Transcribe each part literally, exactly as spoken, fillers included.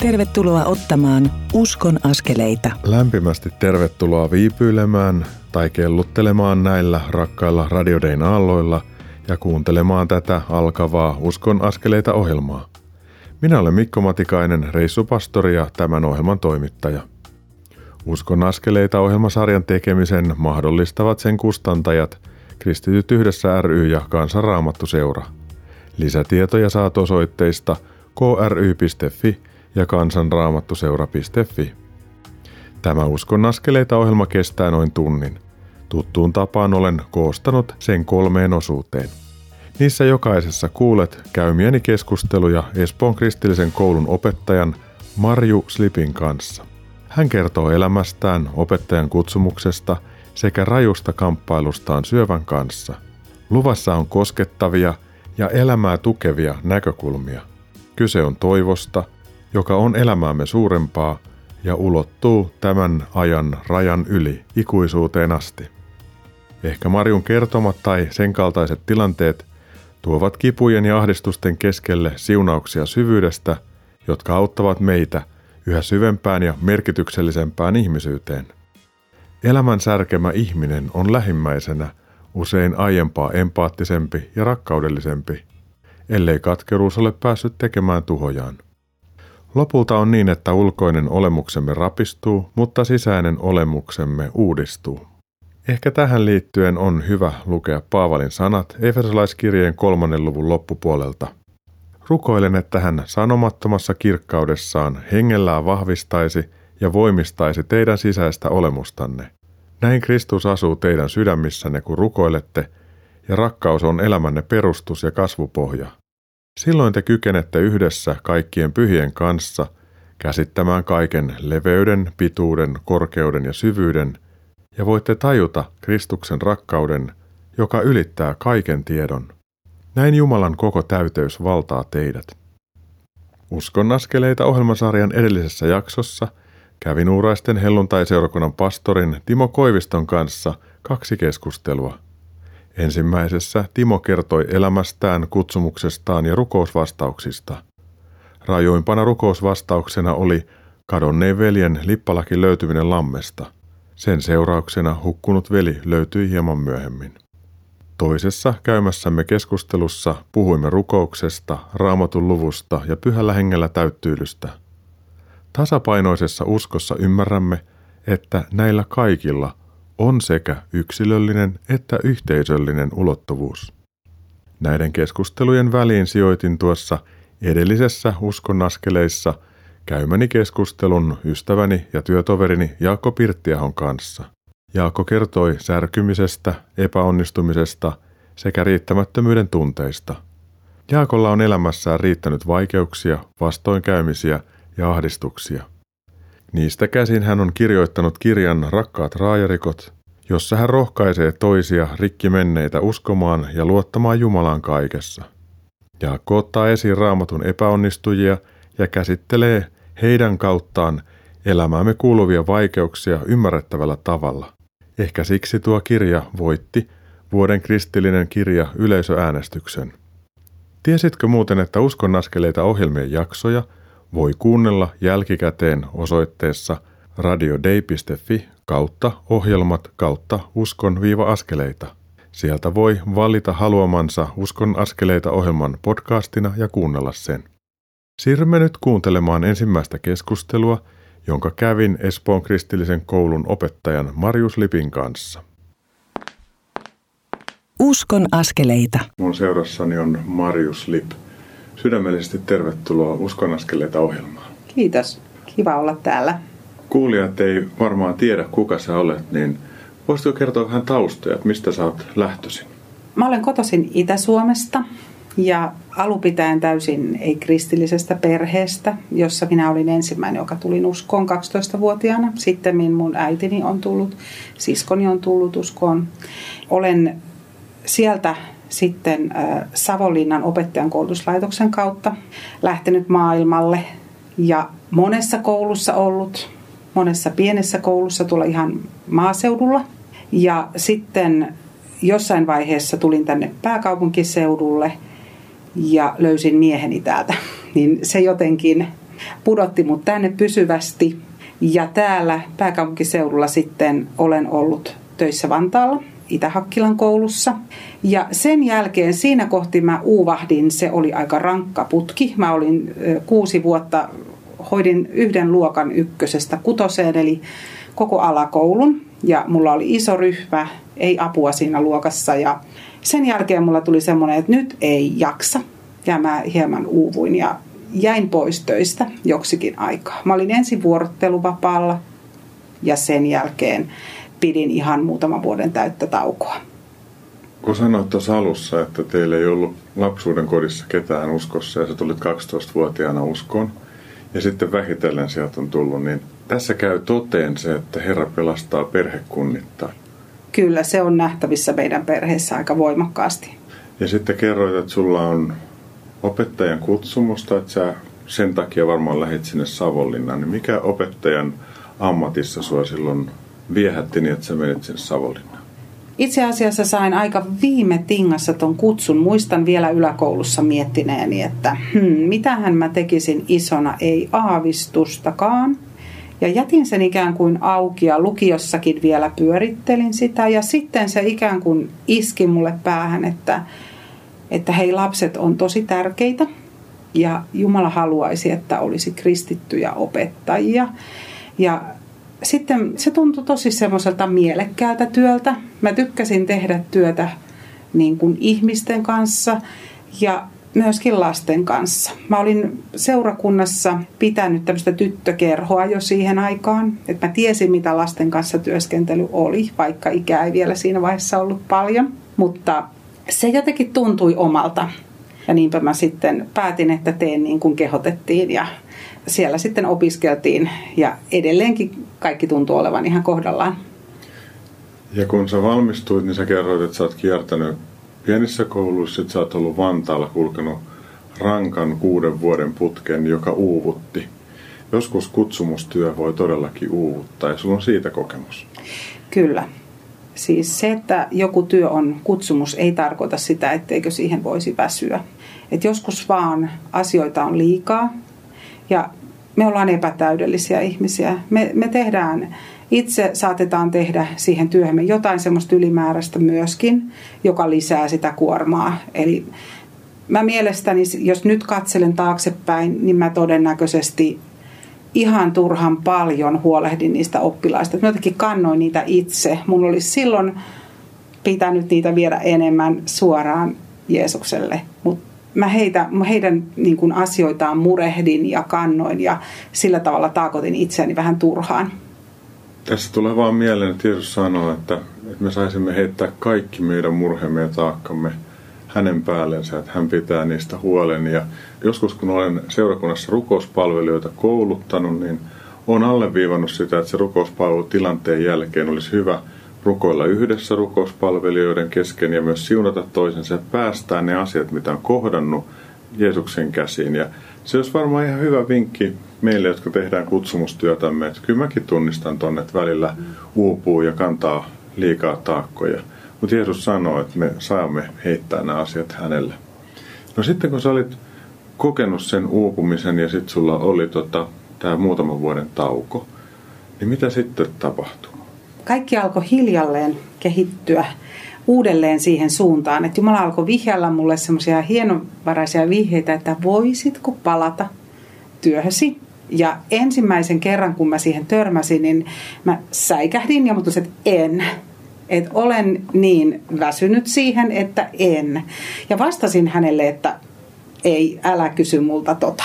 Tervetuloa ottamaan Uskon askeleita. Lämpimästi tervetuloa viipyilemään tai kelluttelemaan näillä rakkailla Radio Dayn aalloilla ja kuuntelemaan tätä alkavaa Uskon askeleita -ohjelmaa. Minä olen Mikko Matikainen, reissupastori ja tämän ohjelman toimittaja. Uskon askeleita -ohjelmasarjan tekemisen mahdollistavat sen kustantajat Kristityt yhdessä ry ja Kansan Raamattuseura. Lisätietoja saat osoitteista k r y piste f i ja kansanraamattuseura piste f i. Tämä Uskon askeleita -ohjelma kestää noin tunnin. Tuttuun tapaan olen koostanut sen kolmeen osuuteen. Niissä jokaisessa kuulet käymieni keskusteluja Espoon kristillisen koulun opettajan Marju Slipin kanssa. Hän kertoo elämästään, opettajan kutsumuksesta sekä rajusta kamppailustaan syövän kanssa. Luvassa on koskettavia ja elämää tukevia näkökulmia. Kyse on toivosta, joka on elämäämme suurempaa ja ulottuu tämän ajan rajan yli ikuisuuteen asti. Ehkä Marjun kertomat tai sen kaltaiset tilanteet tuovat kipujen ja ahdistusten keskelle siunauksia syvyydestä, jotka auttavat meitä yhä syvempään ja merkityksellisempään ihmisyyteen. Elämän särkemä ihminen on lähimmäisenä usein aiempaa empaattisempi ja rakkaudellisempi, ellei katkeruus ole päässyt tekemään tuhojaan. Lopulta on niin, että ulkoinen olemuksemme rapistuu, mutta sisäinen olemuksemme uudistuu. Ehkä tähän liittyen on hyvä lukea Paavalin sanat Efesolaiskirjeen kolmannen luvun loppupuolelta. Rukoilen, että hän sanomattomassa kirkkaudessaan hengellään vahvistaisi ja voimistaisi teidän sisäistä olemustanne. Näin Kristus asuu teidän sydämissänne, kun rukoilette, ja rakkaus on elämänne perustus ja kasvupohja. Silloin te kykenette yhdessä kaikkien pyhien kanssa käsittämään kaiken leveyden, pituuden, korkeuden ja syvyyden, ja voitte tajuta Kristuksen rakkauden, joka ylittää kaiken tiedon. Näin Jumalan koko täyteys valtaa teidät. Uskon askeleita -ohjelmasarjan edellisessä jaksossa kävin Uuraisten helluntai-seurakunnan pastorin Timo Koiviston kanssa kaksi keskustelua. Ensimmäisessä Timo kertoi elämästään, kutsumuksestaan ja rukousvastauksista. Rajuimpana rukousvastauksena oli kadonneen veljen lippalaki löytyminen lammesta. Sen seurauksena hukkunut veli löytyi hieman myöhemmin. Toisessa käymässämme keskustelussa puhuimme rukouksesta, Raamatun luvusta ja pyhällä hengellä täyttyydystä. Tasapainoisessa uskossa ymmärrämme, että näillä kaikilla on sekä yksilöllinen että yhteisöllinen ulottuvuus. Näiden keskustelujen väliin sijoitin tuossa edellisessä Uskon askeleissa käymäni keskustelun ystäväni ja työtoverini Jaakko Pirttiahon kanssa. Jaakko kertoi särkymisestä, epäonnistumisesta sekä riittämättömyyden tunteista. Jaakolla on elämässään riittänyt vaikeuksia, vastoinkäymisiä ja ahdistuksia. Niistä käsin hän on kirjoittanut kirjan Rakkaat raajarikot, jossa hän rohkaisee toisia rikki menneitä uskomaan ja luottamaan Jumalaan kaikessa. Jaakko ottaa esiin Raamatun epäonnistujia ja käsittelee heidän kauttaan elämäämme kuuluvia vaikeuksia ymmärrettävällä tavalla. Ehkä siksi tuo kirja voitti vuoden kristillinen kirja yleisöäänestyksen. Tiesitkö muuten, että Uskon askeleita -ohjelmien jaksoja voi kuunnella jälkikäteen osoitteessa radioday piste f i kautta ohjelmat kautta uskon-askeleita. Sieltä voi valita haluamansa Uskon askeleita -ohjelman podcastina ja kuunnella sen. Siirrymme nyt kuuntelemaan ensimmäistä keskustelua, jonka kävin Espoon kristillisen koulun opettajan Marju Slipin kanssa. Uskon askeleita. Mun seurassani on Marju Slip. Sydämellisesti tervetuloa Uskon askeleita -ohjelmaan. Kiitos. Kiva olla täällä. Kuulijat ei varmaan tiedä, kuka sä olet, niin voisitko kertoa vähän taustoja, että mistä sä oot lähtöisin? Mä olen kotoisin Itä-Suomesta ja alunpitäen täysin ei-kristillisestä perheestä, jossa minä olin ensimmäinen, joka tulin uskoon kaksitoistavuotiaana. Sitten mun äitini on tullut, siskoni on tullut uskoon. Olen sieltä sitten Savonlinnan opettajan koulutuslaitoksen kautta lähtenyt maailmalle ja monessa koulussa ollut, monessa pienessä koulussa tuolla ihan maaseudulla. Ja sitten jossain vaiheessa tulin tänne pääkaupunkiseudulle ja löysin mieheni täältä. Niin se jotenkin pudotti mut tänne pysyvästi. Ja täällä pääkaupunkiseudulla sitten olen ollut töissä Vantaalla, Itä-Hakkilan koulussa. Ja sen jälkeen siinä kohti mä uuvahdin, se oli aika rankka putki. Mä olin kuusi vuotta, hoidin yhden luokan ykkösestä kutoseen, eli koko alakoulun. Ja mulla oli iso ryhmä, ei apua siinä luokassa. Ja sen jälkeen mulla tuli semmoinen, että nyt ei jaksa. Ja mä hieman uuvuin ja jäin pois töistä joksikin aikaa. Mä olin ensin vuorotteluvapaalla ja sen jälkeen pidin ihan muutaman vuoden täyttä taukoa. Kun sanoit tuossa alussa, että teillä ei ollut lapsuuden kodissa ketään uskossa ja sä tulit kaksitoistavuotiaana uskoon ja sitten vähitellen sieltä on tullut, niin tässä käy toteen se, että Herra pelastaa perhekunnittain. Kyllä, se on nähtävissä meidän perheessä aika voimakkaasti. Ja sitten kerroit, että sulla on opettajan kutsumusta, että sä sen takia varmaan lähdit sinne Savonlinnaan. Niin mikä opettajan ammatissa sua silloin viehätti niin, että sä menit sinne Savonlinnaan? Itse asiassa sain aika viime tingassa ton kutsun. Muistan vielä yläkoulussa miettineeni, että hmm, mitähän mä tekisin isona, ei aavistustakaan. Ja jätin sen ikään kuin auki ja lukiossakin vielä pyörittelin sitä. Ja sitten se ikään kuin iski mulle päähän, että, että hei, lapset on tosi tärkeitä. Ja Jumala haluaisi, että olisi kristittyjä opettajia. Ja sitten se tuntui tosi semmoiselta mielekkäältä työltä. Mä tykkäsin tehdä työtä niin kuin ihmisten kanssa ja myöskin lasten kanssa. Mä olin seurakunnassa pitänyt tämmöistä tyttökerhoa jo siihen aikaan. Että mä tiesin, mitä lasten kanssa työskentely oli, vaikka ikää ei vielä siinä vaiheessa ollut paljon. Mutta se jotenkin tuntui omalta. Ja niinpä mä sitten päätin, että teen niin kuin kehotettiin ja siellä sitten opiskeltiin ja edelleenkin kaikki tuntuu olevan ihan kohdallaan. Ja kun sä valmistuit, niin sä kerroit, että sä oot kiertänyt pienissä kouluissa, että sä oot ollut Vantaalla, kulkenut rankan kuuden vuoden putken, joka uuvutti. Joskus kutsumustyö voi todellakin uuvuttaa ja sulla on siitä kokemus. Kyllä. Siis se, että joku työ on kutsumus, ei tarkoita sitä, etteikö siihen voisi väsyä. Et joskus vaan asioita on liikaa ja me ollaan epätäydellisiä ihmisiä. Me, me tehdään, itse saatetaan tehdä siihen työhömme jotain semmoista ylimääräistä myöskin, joka lisää sitä kuormaa. Eli mä mielestäni, jos nyt katselen taaksepäin, niin mä todennäköisesti ihan turhan paljon huolehdin niistä oppilaista. Mä jotenkin kannoin niitä itse. Mun olisi silloin pitänyt niitä viedä enemmän suoraan Jeesukselle. Mutta mä heitä, heidän niin kun asioitaan murehdin ja kannoin ja sillä tavalla taakotin itseäni vähän turhaan. Tässä tulee vaan mieleen, että Jeesus sanoo, että, että me saisimme heittää kaikki meidän murheemme ja taakkamme hänen päällensä, että hän pitää niistä huolen. Ja joskus kun olen seurakunnassa rukouspalvelijoita kouluttanut, niin olen alleviivannut sitä, että se rukouspalvelutilanteen jälkeen olisi hyvä rukoilla yhdessä rukouspalvelijoiden kesken ja myös siunata toisensa ja päästää ne asiat, mitä on kohdannut Jeesuksen käsiin. Ja se olisi varmaan ihan hyvä vinkki meille, jotka tehdään kutsumustyötämme, että kyllä mäkin tunnistan tuonne, että välillä uupuu ja kantaa liikaa taakkoja. Mutta Jeesus sanoo, että me saamme heittää nämä asiat hänelle. No sitten kun sä olit kokenut sen uupumisen ja sitten sulla oli tota, tämä muutaman vuoden tauko, niin mitä sitten tapahtui? Kaikki alkoi hiljalleen kehittyä uudelleen siihen suuntaan, että Jumala alkoi vihjailla mulle semmoisia hienovaraisia vihjeitä, että voisitko palata työhösi. Ja ensimmäisen kerran, kun mä siihen törmäsin, niin mä säikähdin ja mutusin, että en. Että olen niin väsynyt siihen, että en. Ja vastasin hänelle, että ei, älä kysy multa tota.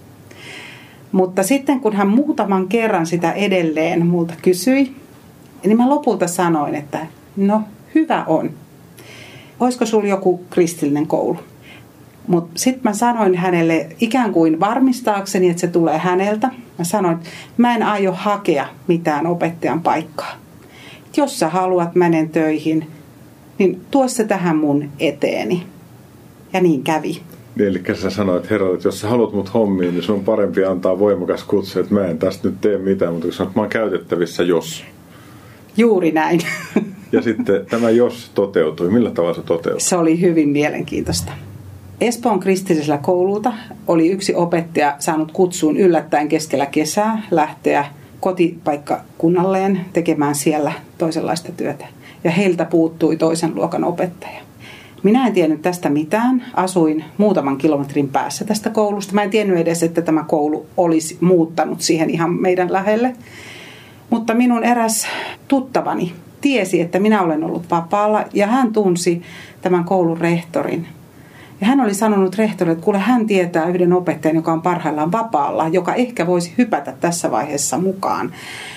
Mutta sitten kun hän muutaman kerran sitä edelleen multa kysyi, niin mä lopulta sanoin, että no hyvä on. Olisiko sulla joku kristillinen koulu? Mutta sitten mä sanoin hänelle ikään kuin varmistaakseni, että se tulee häneltä. Mä sanoin, että mä en aio hakea mitään opettajan paikkaa. Jos sä haluat menen töihin, niin tuo se tähän mun eteeni. Ja niin kävi. Niin, eli sä sanoit, herra, että jos sä haluat mut hommiin, niin sun on parempi antaa voimakas kutsu, että mä en tästä nyt tee mitään, mutta kun sanot, että mä oon käytettävissä, jos. Juuri näin. Ja sitten tämä jos toteutui. Millä tavalla se toteutui? Se oli hyvin mielenkiintoista. Espoon kristillisellä koululta oli yksi opettaja saanut kutsuun yllättäen keskellä kesää lähteä kotipaikkakunnalleen tekemään siellä toisenlaista työtä. Ja heiltä puuttui toisen luokan opettaja. Minä en tiennyt tästä mitään. Asuin muutaman kilometrin päässä tästä koulusta. Mä en tiennyt edes, että tämä koulu olisi muuttanut siihen ihan meidän lähelle. Mutta minun eräs tuttavani tiesi, että minä olen ollut vapaalla ja hän tunsi tämän koulun rehtorin. Ja hän oli sanonut rehtorille, että kuule, hän tietää yhden opettajan, joka on parhaillaan vapaalla, joka ehkä voisi hypätä tässä vaiheessa mukaan.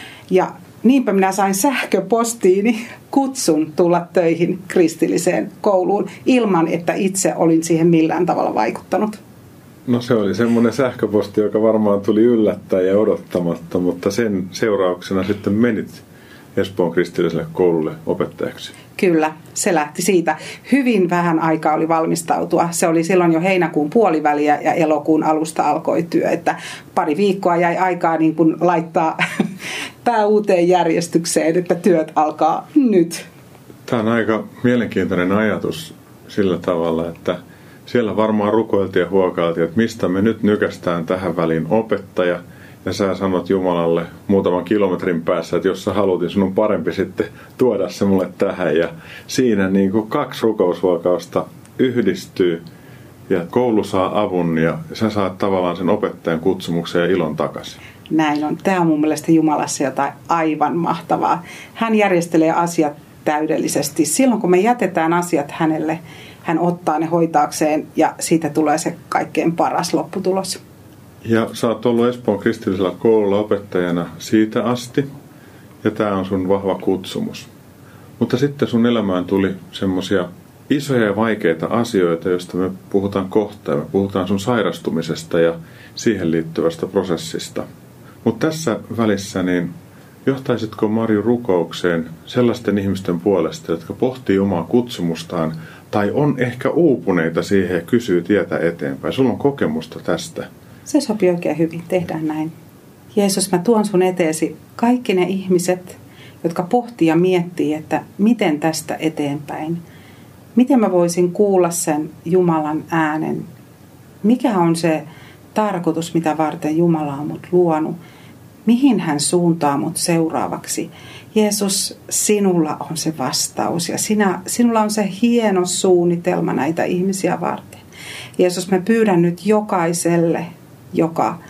Ja niinpä minä sain sähköpostiini kutsun tulla töihin kristilliseen kouluun ilman, että itse olin siihen millään tavalla vaikuttanut. No se oli semmoinen sähköposti, joka varmaan tuli yllättäen ja odottamatta, mutta sen seurauksena sitten menit Espoon kristilliselle koululle opettajaksi. Kyllä, se lähti siitä. Hyvin vähän aikaa oli valmistautua. Se oli silloin jo heinäkuun puoliväliä ja elokuun alusta alkoi työ. Että pari viikkoa jäi aikaa niin kuin laittaa pää uuteen järjestykseen, että työt alkaa nyt. Tämä on aika mielenkiintoinen ajatus sillä tavalla, että siellä varmaan rukoiltiin ja huokailtiin, että mistä me nyt nykästään tähän väliin opettaja. Ja sä sanot Jumalalle muutaman kilometrin päässä, että jos sä haluat, niin sun on parempi sitten tuoda se mulle tähän. Ja siinä niin kuin kaksi rukoushuokausta yhdistyy ja koulu saa avun ja sä saat tavallaan sen opettajan kutsumuksen ja ilon takaisin. Näin on. Tämä on mun mielestä Jumalassa jotain aivan mahtavaa. Hän järjestelee asiat täydellisesti. Silloin kun me jätetään asiat hänelle, hän ottaa ne hoitaakseen ja siitä tulee se kaikkein paras lopputulos. Ja sä oot ollut Espoon kristillisellä koululla opettajana siitä asti, ja tää on sun vahva kutsumus. Mutta sitten sun elämään tuli semmosia isoja ja vaikeita asioita, joista me puhutaan kohta, me puhutaan sun sairastumisesta ja siihen liittyvästä prosessista. Mutta tässä välissä, niin johtaisitko Marju rukoukseen sellaisten ihmisten puolesta, jotka pohtii omaa kutsumustaan, tai on ehkä uupuneita siihen ja kysyy tietä eteenpäin? Sulla on kokemusta tästä. Se sopii oikein hyvin. Tehdään näin. Jeesus, mä tuon sun eteesi kaikki ne ihmiset, jotka pohtii ja miettii, että miten tästä eteenpäin. Miten mä voisin kuulla sen Jumalan äänen? Mikä on se tarkoitus, mitä varten Jumala on mut luonut? Mihin hän suuntaa mut seuraavaksi? Jeesus, sinulla on se vastaus ja sinä, sinulla on se hieno suunnitelma näitä ihmisiä varten. Jeesus, mä pyydän nyt jokaiselle, joka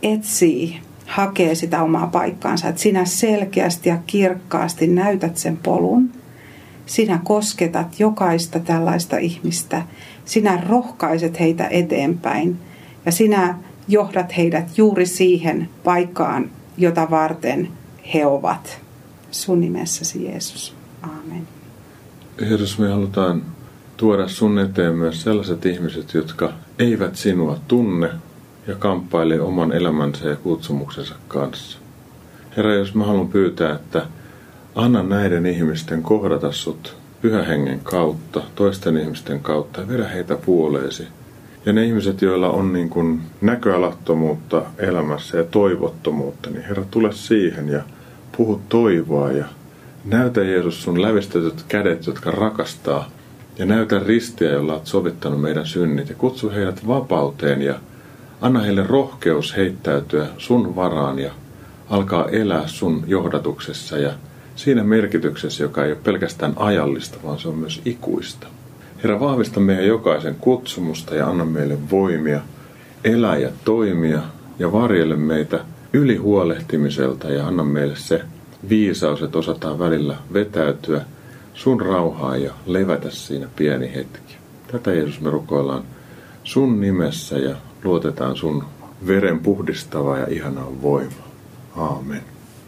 etsii, hakee sitä omaa paikkaansa, että sinä selkeästi ja kirkkaasti näytät sen polun. Sinä kosketat jokaista tällaista ihmistä. Sinä rohkaiset heitä eteenpäin ja sinä johdat heidät juuri siihen paikkaan, jota varten he ovat. Sun nimessäsi, Jeesus. Aamen. Jeesus, me halutaan tuoda sun eteen myös sellaiset ihmiset, jotka eivät sinua tunne ja kamppailee oman elämänsä ja kutsumuksensa kanssa. Herra, jos mä haluan pyytää, että anna näiden ihmisten kohdata sut Pyhän Hengen kautta, toisten ihmisten kautta ja vedä heitä puoleesi. Ja ne ihmiset, joilla on niin kuin näköalattomuutta elämässä ja toivottomuutta, niin Herra, tule siihen ja puhu toivoa ja näytä Jeesus sun lävistetyt kädet, jotka rakastaa. Ja näytä ristiä, jolla olet sovittanut meidän synnit ja kutsu heidät vapauteen ja anna heille rohkeus heittäytyä sun varaan ja alkaa elää sun johdatuksessa ja siinä merkityksessä, joka ei ole pelkästään ajallista, vaan se on myös ikuista. Herra, vahvista meidän jokaisen kutsumusta ja anna meille voimia elää ja toimia ja varjele meitä ylihuolehtimiselta ja anna meille se viisaus, että osataan välillä vetäytyä sun rauhaa ja levätä siinä pieni hetki. Tätä Jeesus me rukoillaan sun nimessä ja luotetaan sun veren puhdistavaa ja ihanaa voimaa. Aamen.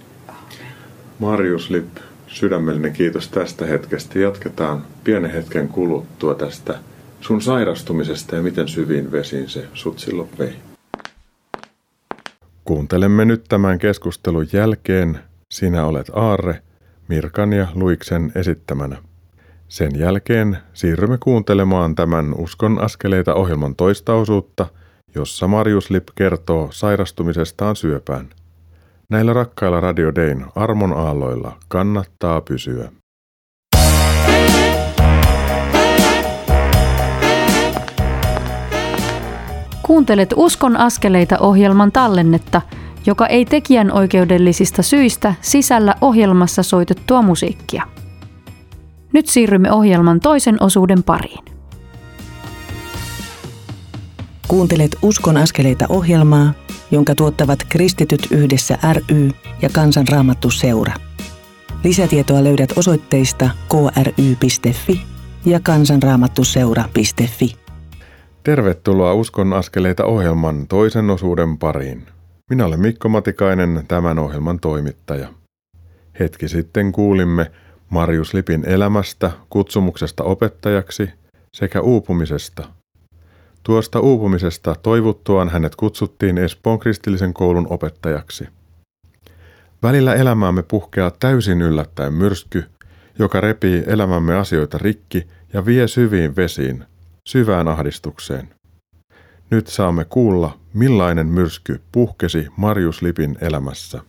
Marju Slipp, sydämellinen kiitos tästä hetkestä. Jatketaan pienen hetken kuluttua tästä sun sairastumisesta ja miten syviin vesiin se sut silloin vei. Kuuntelemme nyt tämän keskustelun jälkeen Sinä olet aarre, Mirkan ja Luiksen esittämänä. Sen jälkeen siirrymme kuuntelemaan tämän Uskon askeleita -ohjelman toista osuutta, jossa Marju Slipp kertoo sairastumisestaan syöpään. Näillä rakkailla Radio Dayn armon aalloilla kannattaa pysyä. Kuuntelet Uskon askeleita -ohjelman tallennetta, joka ei tekijänoikeudellisista syistä sisällä ohjelmassa soitettua musiikkia. Nyt siirrymme ohjelman toisen osuuden pariin. Kuuntelet Uskon askeleita -ohjelmaa, jonka tuottavat Kristityt yhdessä ry ja Kansanraamattu Seura. Lisätietoa löydät osoitteista k r y piste f i ja kansanraamattuseura piste f i. Tervetuloa Uskon askeleita -ohjelman toisen osuuden pariin. Minä olen Mikko Matikainen, tämän ohjelman toimittaja. Hetki sitten kuulimme Marjus Lipin elämästä, kutsumuksesta opettajaksi sekä uupumisesta. Tuosta uupumisesta toivuttuaan hänet kutsuttiin Espoon kristillisen koulun opettajaksi. Välillä elämäämme puhkeaa täysin yllättäen myrsky, joka repii elämämme asioita rikki ja vie syviin vesiin, syvään ahdistukseen. Nyt saamme kuulla, millainen myrsky puhkesi Marjus Lipin elämässä.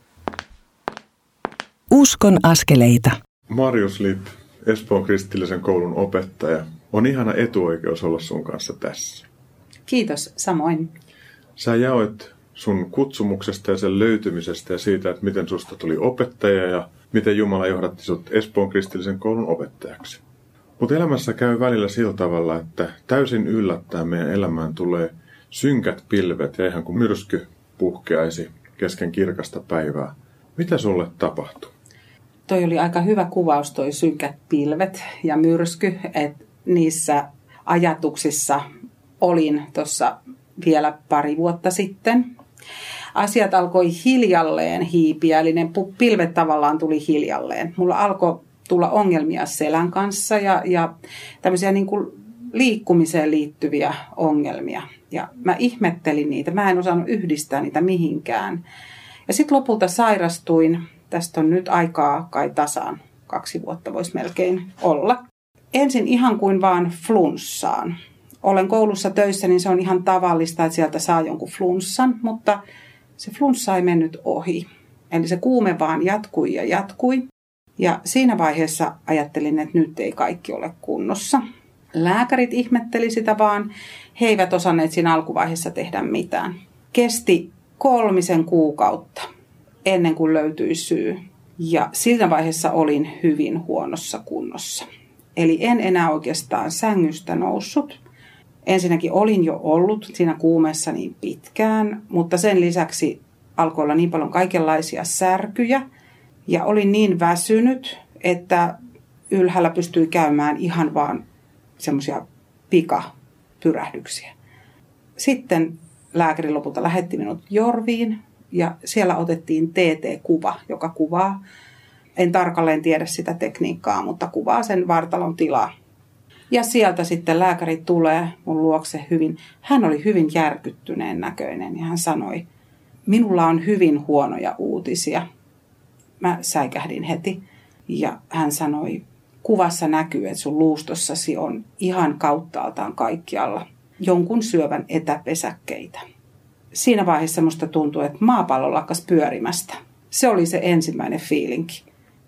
Uskon askeleita. Marjus Lip, Espoon kristillisen koulun opettaja. On ihana etuoikeus olla sun kanssa tässä. Kiitos, samoin. Sä jaoit sun kutsumuksesta ja sen löytymisestä ja siitä, että miten susta tuli opettaja ja miten Jumala johdatti sut Espoon kristillisen koulun opettajaksi. Mutta elämässä käy välillä sillä tavalla, että täysin yllättäen meidän elämään tulee synkät pilvet ja ihan kuin myrsky puhkeaisi kesken kirkasta päivää. Mitä sulle tapahtui? Toi oli aika hyvä kuvaus, toi synkät pilvet ja myrsky, että niissä ajatuksissa olin tuossa vielä pari vuotta sitten. Asiat alkoi hiljalleen hiipiä, eli ne pilvet tavallaan tuli hiljalleen. Mulla alkoi tulla ongelmia selän kanssa ja, ja tämmöisiä niin kuin liikkumiseen liittyviä ongelmia. Ja mä ihmettelin niitä, mä en osannut yhdistää niitä mihinkään. Ja sitten lopulta sairastuin, tästä on nyt aikaa kai tasan, kaksi vuotta voisi melkein olla. Ensin ihan kuin vaan flunssaan. Olen koulussa töissä, niin se on ihan tavallista, että sieltä saa jonkun flunssan, mutta se flunssa ei mennyt ohi. Eli se kuume vaan jatkui ja jatkui. Ja siinä vaiheessa ajattelin, että nyt ei kaikki ole kunnossa. Lääkärit ihmetteli sitä vaan. He eivät osanneet siinä alkuvaiheessa tehdä mitään. Kesti kolmisen kuukautta ennen kuin löytyi syy. Ja siinä vaiheessa olin hyvin huonossa kunnossa. Eli en enää oikeastaan sängystä noussut. Ensinnäkin olin jo ollut siinä kuumeessa niin pitkään, mutta sen lisäksi alkoi olla niin paljon kaikenlaisia särkyjä. Ja olin niin väsynyt, että ylhäällä pystyi käymään ihan vaan semmoisia pikapyrähdyksiä. Sitten lääkäri lopulta lähetti minut Jorviin ja siellä otettiin T T-kuva, joka kuvaa, en tarkalleen tiedä sitä tekniikkaa, mutta kuvaa sen vartalon tilaa. Ja sieltä sitten lääkäri tulee mun luokse hyvin. Hän oli hyvin järkyttyneen näköinen ja hän sanoi, minulla on hyvin huonoja uutisia. Mä säikähdin heti ja hän sanoi, kuvassa näkyy, että sun luustossasi on ihan kauttaaltaan kaikkialla jonkun syövän etäpesäkkeitä. Siinä vaiheessa musta tuntui, että maapallo lakkas pyörimästä. Se oli se ensimmäinen fiilinki.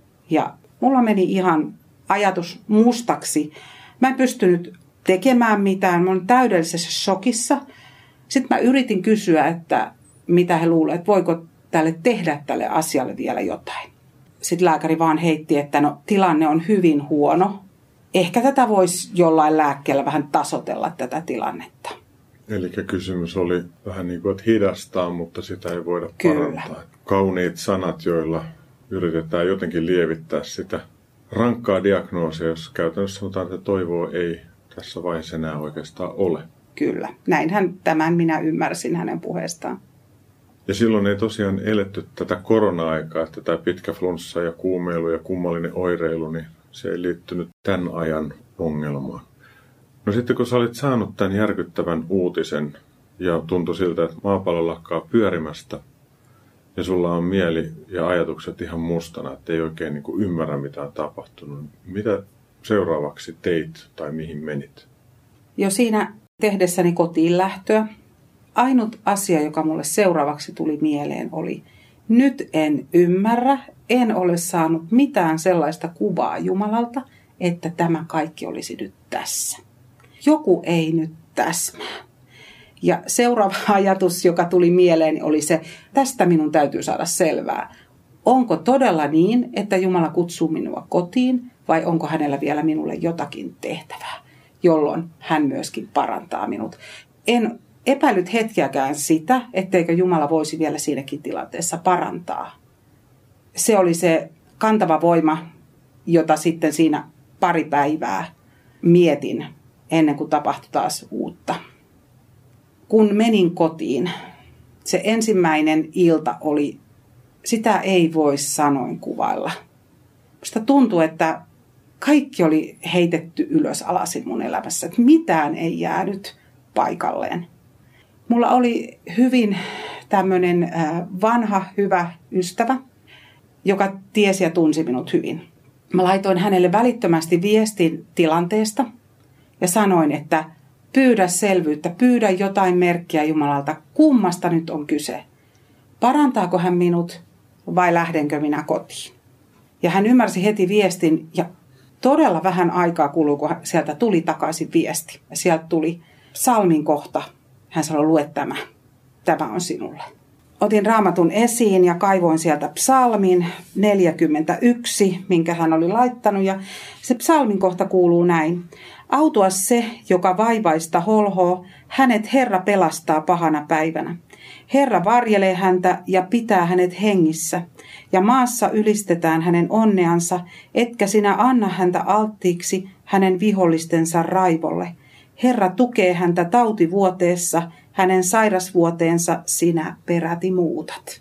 Ja mulla meni ihan ajatus mustaksi. Mä en pystynyt tekemään mitään. Mä olin täydellisessä shokissa. Sitten mä yritin kysyä, että mitä he luulevat, että voiko tälle tehdä tälle asialle vielä jotain. Sitten lääkäri vaan heitti, että no, tilanne on hyvin huono. Ehkä tätä voisi jollain lääkkeellä vähän tasoitella tätä tilannetta. Eli kysymys oli vähän niin kuin, että hidastaa, mutta sitä ei voida Kyllä. parantaa. Kauniit sanat, joilla yritetään jotenkin lievittää sitä rankkaa diagnoosia, jos käytännössä sanotaan, että toivoa ei tässä vaiheessa enää oikeastaan ole. Kyllä, näinhän tämän minä ymmärsin hänen puheestaan. Ja silloin ei tosiaan eletty tätä korona-aikaa, että tämä pitkä flunssa ja kuumeilu ja kummallinen oireilu, niin se ei liittynyt tämän ajan ongelmaan. No sitten kun sä olit saanut tämän järkyttävän uutisen ja tuntui siltä, että maapallo lakkaa pyörimästä ja sulla on mieli ja ajatukset ihan mustana, että ei oikein niin kuin ymmärrä mitä on tapahtunut. Mitä seuraavaksi teit tai mihin menit? Jo siinä tehdessäni kotiin lähtöä. Ainut asia, joka mulle seuraavaksi tuli mieleen, oli, nyt en ymmärrä, en ole saanut mitään sellaista kuvaa Jumalalta, että tämä kaikki olisi nyt tässä. Joku ei nyt täsmää. Ja seuraava ajatus, joka tuli mieleen, oli se, tästä minun täytyy saada selvää. Onko todella niin, että Jumala kutsuu minua kotiin vai onko hänellä vielä minulle jotakin tehtävää, jolloin hän myöskin parantaa minut. En epäilyt hetkiäkään sitä, etteikö Jumala voisi vielä siinäkin tilanteessa parantaa. Se oli se kantava voima, jota sitten siinä pari päivää mietin ennen kuin tapahtui taas uutta. Kun menin kotiin, se ensimmäinen ilta oli, sitä ei voi sanoin kuvailla. Musta tuntui, että kaikki oli heitetty ylös alasin mun elämässä, että mitään ei jäänyt paikalleen. Mulla oli hyvin tämmöinen vanha, hyvä ystävä, joka tiesi ja tunsi minut hyvin. Mä laitoin hänelle välittömästi viestin tilanteesta ja sanoin, että pyydä selvyyttä, pyydä jotain merkkiä Jumalalta, kummasta nyt on kyse. Parantaako hän minut vai lähdenkö minä kotiin? Ja hän ymmärsi heti viestin ja todella vähän aikaa kului, kun sieltä tuli takaisin viesti. Ja sieltä tuli psalmin kohta. Hän sanoi, lue tämä. Tämä on sinulle. Otin Raamatun esiin ja kaivoin sieltä psalmin neljäkymmentäyksi, minkä hän oli laittanut. Ja se psalmin kohta kuuluu näin. Autua se, joka vaivaista holhoo, hänet Herra pelastaa pahana päivänä. Herra varjelee häntä ja pitää hänet hengissä, ja maassa ylistetään hänen onneansa, etkä sinä anna häntä alttiiksi hänen vihollistensa raivolle. Herra tukee häntä tautivuoteessa, hänen sairasvuoteensa sinä peräti muutat.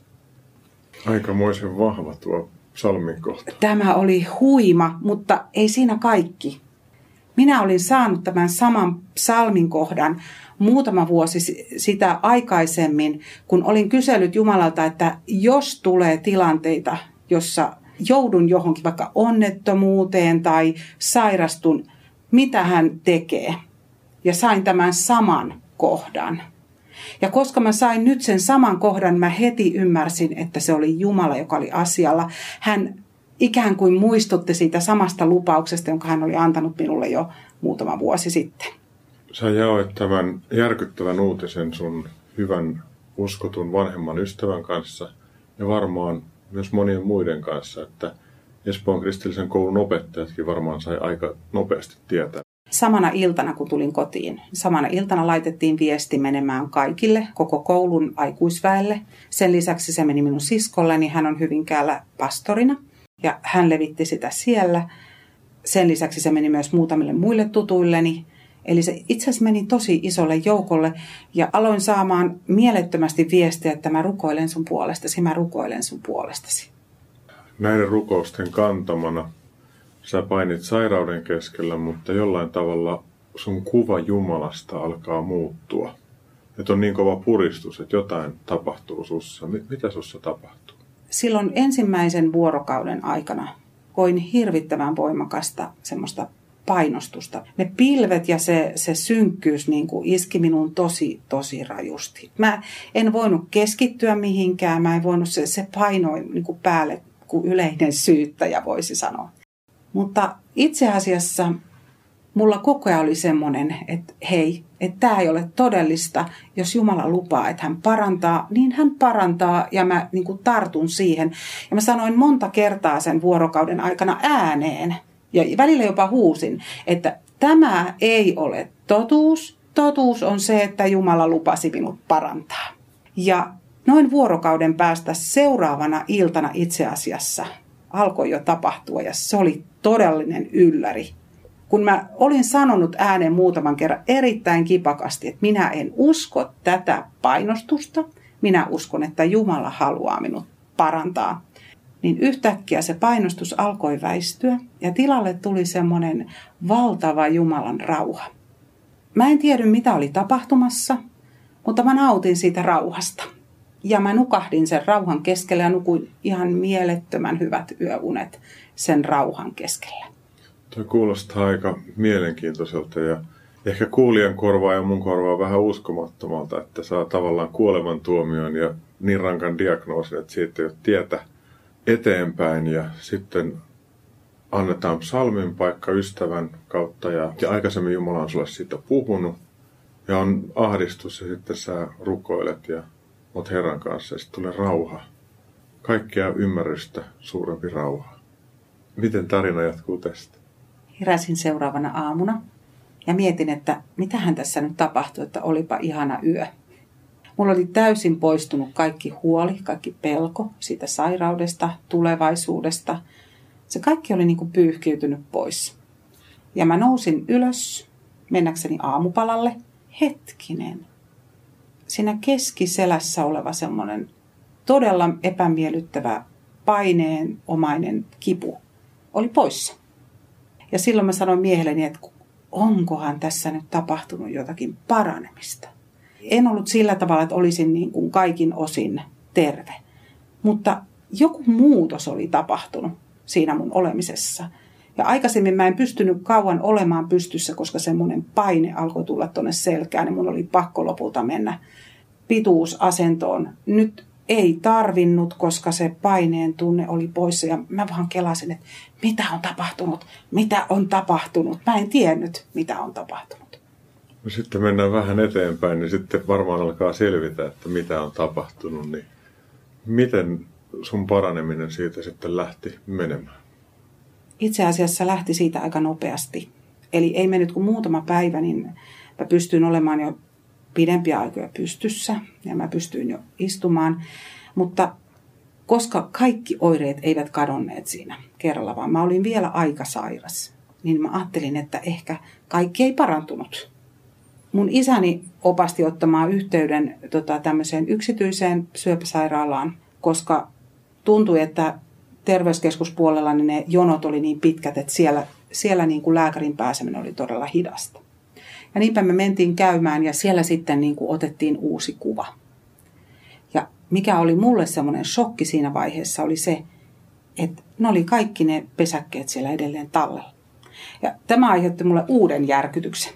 Aikamoisen vahva tuo psalmin kohta. Tämä oli huima, mutta ei siinä kaikki. Minä olin saanut tämän saman psalmin kohdan muutama vuosi sitä aikaisemmin, kun olin kysellyt Jumalalta, että jos tulee tilanteita, jossa joudun johonkin vaikka onnettomuuteen tai sairastun, mitä hän tekee? Ja sain tämän saman kohdan. Ja koska mä sain nyt sen saman kohdan, mä heti ymmärsin, että se oli Jumala, joka oli asialla. Hän ikään kuin muistutti siitä samasta lupauksesta, jonka hän oli antanut minulle jo muutama vuosi sitten. Sä jaoit tämän järkyttävän uutisen sun hyvän uskotun vanhemman ystävän kanssa ja varmaan myös monien muiden kanssa, että Espoon kristillisen koulun opettajatkin varmaan sai aika nopeasti tietää. Samana iltana, kun tulin kotiin, samana iltana laitettiin viesti menemään kaikille, koko koulun aikuisväelle. Sen lisäksi se meni minun siskolleni, hän on Hyvinkäällä pastorina ja hän levitti sitä siellä. Sen lisäksi se meni myös muutamille muille tutuilleni. Eli se itse asiassa meni tosi isolle joukolle ja aloin saamaan mielettömästi viestiä, että mä rukoilen sun puolestasi, mä rukoilen sun puolestasi. Näiden rukousten kantamana sä painit sairauden keskellä, mutta jollain tavalla sun kuva Jumalasta alkaa muuttua. Että on niin kova puristus, että jotain tapahtuu sussa. Mitä sussa tapahtuu? Silloin ensimmäisen vuorokauden aikana koin hirvittävän voimakasta semmoista painostusta. Ne pilvet ja se, se synkkyys niin kuin iski minun tosi, tosi rajusti. Mä en voinut keskittyä mihinkään, mä en voinut, se, se painoi niin kuin päälle kuin yleinen syyttäjä voisi sanoa. Mutta itse asiassa mulla koko ajan oli semmoinen, että hei, että tämä ei ole todellista. Jos Jumala lupaa, että hän parantaa, niin hän parantaa ja mä niin kuin tartun siihen. Ja mä sanoin monta kertaa sen vuorokauden aikana ääneen ja välillä jopa huusin, että tämä ei ole totuus. Totuus on se, että Jumala lupasi minut parantaa. Ja noin vuorokauden päästä seuraavana iltana itse asiassa alkoi jo tapahtua ja se oli todellinen ylläri. Kun mä olin sanonut ääneen muutaman kerran erittäin kipakasti, että minä en usko tätä painostusta, minä uskon, että Jumala haluaa minut parantaa, niin yhtäkkiä se painostus alkoi väistyä ja tilalle tuli semmoinen valtava Jumalan rauha. Mä en tiedä, mitä oli tapahtumassa, mutta mä nautin siitä rauhasta. Ja mä nukahdin sen rauhan keskellä ja nukuin ihan mielettömän hyvät yöunet sen rauhan keskellä. Tuo kuulostaa aika mielenkiintoiselta ja ehkä kuulijan korvaa ja mun korvaa vähän uskomattomalta, että saa tavallaan kuolemantuomion ja niin rankan diagnoosin, että siitä ei ole tietä eteenpäin ja sitten annetaan psalmin paikka ystävän kautta ja, ja aikaisemmin Jumala on sulle siitä puhunut ja on ahdistus ja sitten sä rukoilet ja oot Herran kanssa ja sitten tulee rauha. Kaikkea ymmärrystä suurempi rauha. Miten tarina jatkuu tästä? Heräsin seuraavana aamuna ja mietin, että mitähän tässä nyt tapahtui, että olipa ihana yö. Mulla oli täysin poistunut kaikki huoli, kaikki pelko siitä sairaudesta, tulevaisuudesta. Se kaikki oli niin kuin pyyhkiytynyt pois. Ja mä nousin ylös mennäkseni aamupalalle. Hetkinen. Siinä keskiselässä oleva semmoinen todella epämiellyttävä paineenomainen kipu oli poissa. Ja silloin mä sanoin miehelleni, että onkohan tässä nyt tapahtunut jotakin paranemista. En ollut sillä tavalla, että olisin niin kuin kaikin osin terve. Mutta joku muutos oli tapahtunut siinä mun olemisessa. Ja aikaisemmin mä en pystynyt kauan olemaan pystyssä, koska semmoinen paine alkoi tulla tuonne selkään. Ja mun oli pakko lopulta mennä pituusasentoon. Nyt ei tarvinnut, koska se paineen tunne oli poissa. Ja mä vaan kelasin, että mitä on tapahtunut, mitä on tapahtunut. Mä en tiennyt, mitä on tapahtunut. No sitten mennään vähän eteenpäin, niin sitten varmaan alkaa selvitä, että mitä on tapahtunut. Niin miten sun paraneminen siitä sitten lähti menemään? Itse asiassa lähti siitä aika nopeasti. Eli ei mennyt kuin muutama päivä, niin mä pystyin olemaan jo pidempiä aikoja pystyssä ja mä pystyin jo istumaan. Mutta koska kaikki oireet eivät kadonneet siinä kerralla, vaan mä olin vielä aika sairas, niin mä ajattelin, että ehkä kaikki ei parantunut. Mun isäni opasti ottamaan yhteyden tota, tämmöiseen yksityiseen syöpäsairaalaan, koska tuntui, että terveyskeskuspuolella niin ne jonot oli niin pitkät, että siellä, siellä niin kuin lääkärin pääseminen oli todella hidasta. Ja niinpä me mentiin käymään ja siellä sitten niin kuin otettiin uusi kuva. Ja mikä oli mulle semmoinen shokki siinä vaiheessa oli se, että ne oli kaikki ne pesäkkeet siellä edelleen tallella. Ja tämä aiheutti mulle uuden järkytyksen.